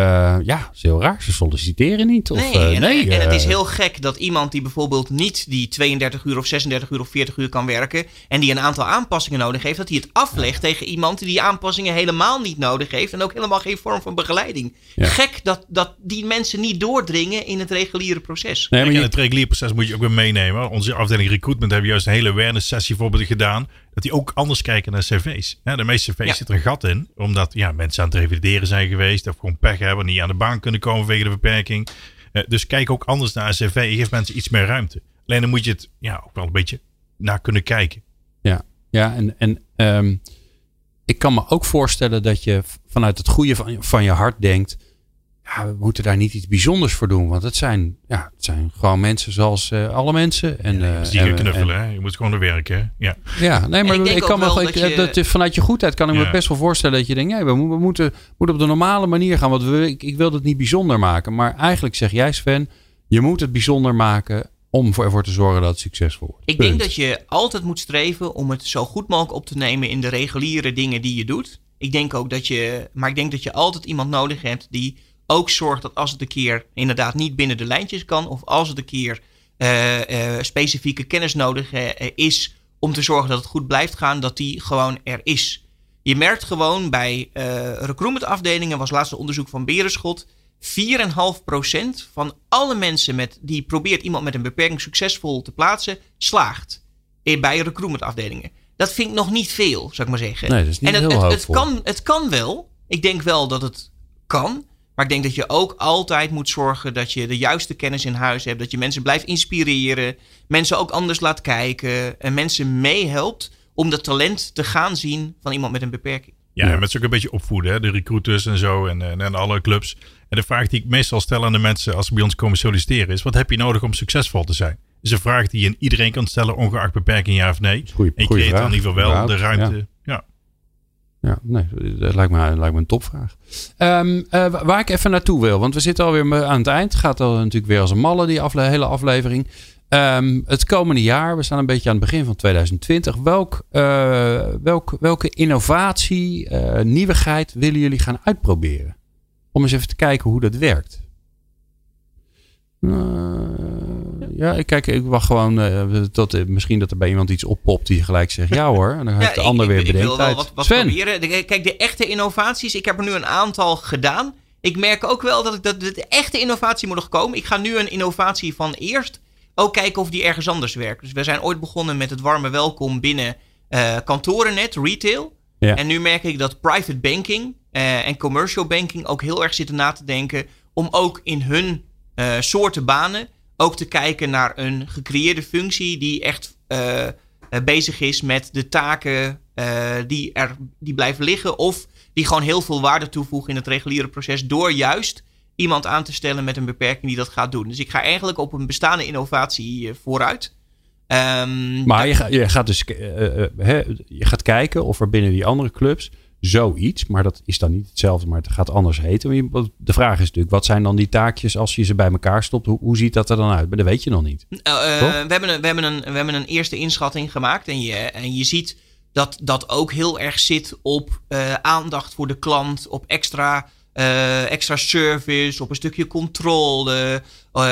Ja, is heel raar. Ze solliciteren niet. En het is heel gek dat iemand die bijvoorbeeld niet die 32 uur of 36 uur of 40 uur kan werken en die een aantal aanpassingen nodig heeft, dat hij het aflegt tegen iemand die aanpassingen helemaal niet nodig heeft en ook helemaal geen vorm van begeleiding. Ja. Gek dat die mensen niet doordringen in het reguliere proces. Nee, maar in het reguliere proces moet je ook weer meenemen. Onze afdeling recruitment hebben juist een hele awareness sessie bijvoorbeeld gedaan. Dat die ook anders kijken naar cv's. De meeste cv's zit er een gat in. Omdat mensen aan het revalideren zijn geweest. Of gewoon pech hebben. Niet aan de baan kunnen komen vanwege de beperking. Dus kijk ook anders naar een cv. Je geeft mensen iets meer ruimte. Alleen dan moet je het ook wel een beetje naar kunnen kijken. Ja, en ik kan me ook voorstellen dat je vanuit het goede van je hart denkt. Ja, we moeten daar niet iets bijzonders voor doen. Want het zijn gewoon mensen zoals alle mensen. En, die gaan knuffelen. Hè? Je moet gewoon er werken. Hè? Ja, nee, maar ik kan vanuit je goedheid kan ik me best wel voorstellen dat je denkt, we moeten op de normale manier gaan. Want ik wil het niet bijzonder maken. Maar eigenlijk zeg jij, Sven, je moet het bijzonder maken om ervoor te zorgen dat het succesvol wordt. Ik denk dat je altijd moet streven om het zo goed mogelijk op te nemen in de reguliere dingen die je doet. Ik denk dat je altijd iemand nodig hebt die ook zorgt dat als het een keer inderdaad niet binnen de lijntjes kan, of als het een keer specifieke kennis nodig is om te zorgen dat het goed blijft gaan, dat die gewoon er is. Je merkt gewoon bij recruitmentafdelingen, was laatst een onderzoek van Berenschot, 4,5% van alle mensen die probeert iemand met een beperking succesvol te plaatsen, slaagt bij recruitmentafdelingen. Dat vind ik nog niet veel, zou ik maar zeggen. Nee, dat is niet heel hoopvol. Het kan wel. Ik denk wel dat het kan. Maar ik denk dat je ook altijd moet zorgen dat je de juiste kennis in huis hebt. Dat je mensen blijft inspireren. Mensen ook anders laat kijken. En mensen meehelpt om dat talent te gaan zien van iemand met een beperking. Ja, met ze ook een beetje opvoeden. Hè? De recruiters en zo en alle clubs. En de vraag die ik meestal stel aan de mensen als ze bij ons komen solliciteren is: wat heb je nodig om succesvol te zijn? Dat is een vraag die je in iedereen kan stellen, ongeacht beperking ja of nee. En je creëert dan in ieder geval wel de ruimte. Ja, nee, dat lijkt me een topvraag. Waar ik even naartoe wil, want we zitten alweer aan het eind. Het gaat al natuurlijk weer als een malle, die hele aflevering. Het komende jaar, we staan een beetje aan het begin van 2020. Welke innovatie, nieuwigheid willen jullie gaan uitproberen? Om eens even te kijken hoe dat werkt. Ik wacht gewoon tot misschien dat er bij iemand iets oppopt die gelijk zegt ja hoor. En dan heeft de ander weer bedenkt. Ik wil wel wat proberen. Kijk, de echte innovaties, ik heb er nu een aantal gedaan. Ik merk ook wel dat de echte innovatie moet nog komen. Ik ga nu een innovatie van eerst ook kijken of die ergens anders werkt. Dus we zijn ooit begonnen met het warme welkom binnen kantorennet, retail. Ja. En nu merk ik dat private banking en commercial banking ook heel erg zitten na te denken om ook in hun soorten banen ook te kijken naar een gecreëerde functie die echt bezig is met de taken die blijven liggen of die gewoon heel veel waarde toevoegen in het reguliere proces door juist iemand aan te stellen met een beperking die dat gaat doen. Dus ik ga eigenlijk op een bestaande innovatie vooruit. Maar je gaat dus je gaat kijken of er binnen die andere clubs zoiets, maar dat is dan niet hetzelfde, maar het gaat anders heten. De vraag is natuurlijk, wat zijn dan die taakjes als je ze bij elkaar stopt? Hoe ziet dat er dan uit? Maar dat weet je nog niet. We hebben een eerste inschatting gemaakt en je ziet dat ook heel erg zit op aandacht voor de klant, op extra service, op een stukje controle,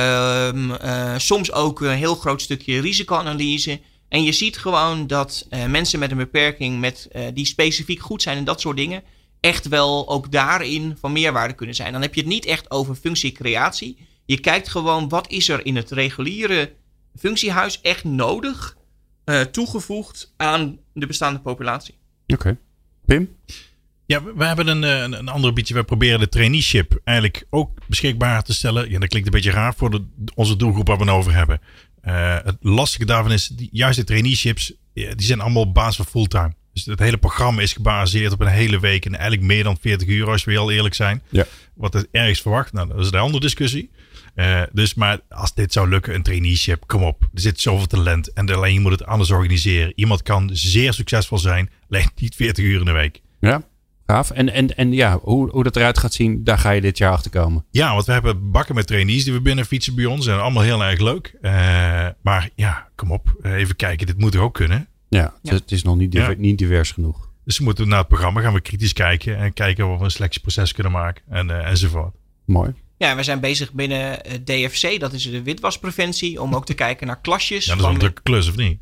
soms ook een heel groot stukje risicoanalyse. En je ziet gewoon dat mensen met een beperking die specifiek goed zijn en dat soort dingen echt wel ook daarin van meerwaarde kunnen zijn. Dan heb je het niet echt over functiecreatie. Je kijkt gewoon wat is er in het reguliere functiehuis echt nodig toegevoegd aan de bestaande populatie. Oké. Pim? Ja, we hebben een ander beetje. We proberen de traineeship eigenlijk ook beschikbaar te stellen. Ja, dat klinkt een beetje raar voor onze doelgroep waar we het over hebben. Het lastige daarvan is, juist de traineeships, die zijn allemaal op basis van fulltime. Dus het hele programma is gebaseerd op een hele week en eigenlijk meer dan 40 uur als we heel eerlijk zijn. Ja. Wat het ergens verwacht, nou, dat is een andere discussie. Maar als dit zou lukken, een traineeship, kom op. Er zit zoveel talent en alleen je moet het anders organiseren. Iemand kan zeer succesvol zijn, alleen niet 40 uur in de week. Ja. Gaaf. En ja, hoe dat eruit gaat zien, daar ga je dit jaar achter komen. Ja, want we hebben bakken met trainees die we binnen fietsen bij ons. En allemaal heel erg leuk. Maar ja, kom op. Even kijken. Dit moet er ook kunnen. Ja, het is nog niet divers genoeg. Dus we moeten naar het programma gaan we kritisch kijken. En kijken of we een selectieproces kunnen maken. Enzovoort. Mooi. Ja, we zijn bezig binnen DFC, dat is de witwaspreventie, om ook te kijken naar klasjes. Ja, dat is wel een drukke klus, of niet?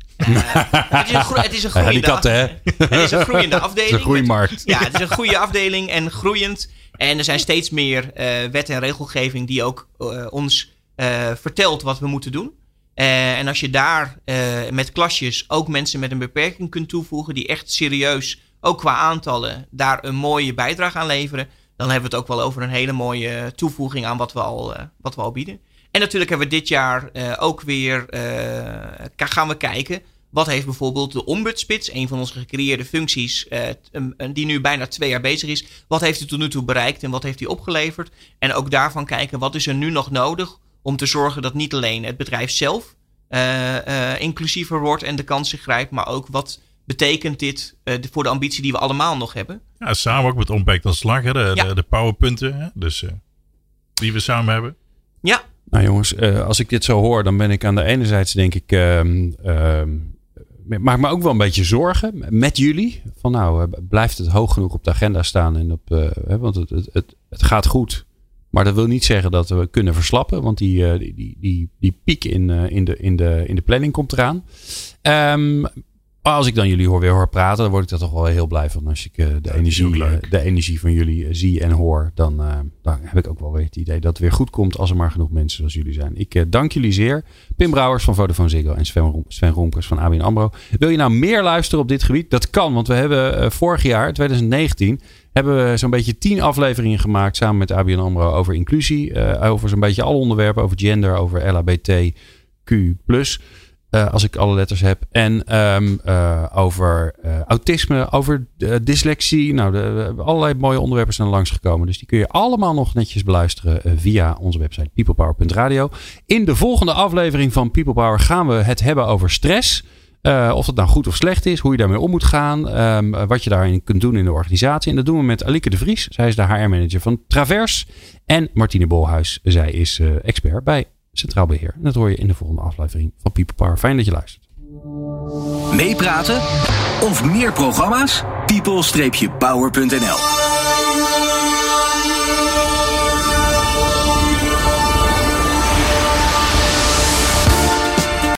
Het is een groeiende afdeling. Het is een groeimarkt. Ja, het is een goede afdeling en groeiend. En er zijn steeds meer wet en regelgeving die ook ons vertelt wat we moeten doen. En als je daar met klasjes ook mensen met een beperking kunt toevoegen, die echt serieus, ook qua aantallen, daar een mooie bijdrage aan leveren, dan hebben we het ook wel over een hele mooie toevoeging aan wat we al bieden. En natuurlijk hebben we dit jaar ook weer gaan we kijken. Wat heeft bijvoorbeeld de ombudsspits, een van onze gecreëerde functies, die nu bijna 2 jaar bezig is. Wat heeft hij tot nu toe bereikt en wat heeft hij opgeleverd? En ook daarvan kijken, wat is er nu nog nodig om te zorgen dat niet alleen het bedrijf zelf inclusiever wordt en de kansen grijpt, maar ook wat betekent dit voor de ambitie die we allemaal nog hebben? Ja, samen ook met Impact aan de slag, hè? De powerpunten, hè? Dus die we samen hebben. Ja. Nou jongens, als ik dit zo hoor, dan ben ik aan de ene zijde denk ik, maak me ook wel een beetje zorgen met jullie. Van nou, blijft het hoog genoeg op de agenda staan en want het gaat goed. Maar dat wil niet zeggen dat we kunnen verslappen, want die piek in de planning komt eraan. Als ik dan jullie weer hoor praten, dan word ik daar toch wel heel blij van. Als ik de energie van jullie zie en hoor, dan heb ik ook wel weer het idee dat het weer goed komt als er maar genoeg mensen zoals jullie zijn. Ik dank jullie zeer. Pim Brouwers van Vodafone Ziggo en Sven Romkers van ABN AMRO. Wil je nou meer luisteren op dit gebied? Dat kan, want we hebben vorig jaar, 2019, hebben we zo'n beetje 10 afleveringen gemaakt samen met ABN AMRO over inclusie. Over zo'n beetje alle onderwerpen, over gender, over LHBTQ+. Als ik alle letters heb. En over autisme, over dyslexie. Nou, allerlei mooie onderwerpen zijn langsgekomen. Dus die kun je allemaal nog netjes beluisteren via onze website peoplepower.radio. In de volgende aflevering van People Power gaan we het hebben over stress. Of dat nou goed of slecht is. Hoe je daarmee om moet gaan. Wat je daarin kunt doen in de organisatie. En dat doen we met Alieke de Vries. Zij is de HR-manager van Travers. En Martine Bolhuis. Zij is expert bij Centraal Beheer. En dat hoor je in de volgende aflevering van People Power. Fijn dat je luistert. Meepraten of meer programma's? people-power.nl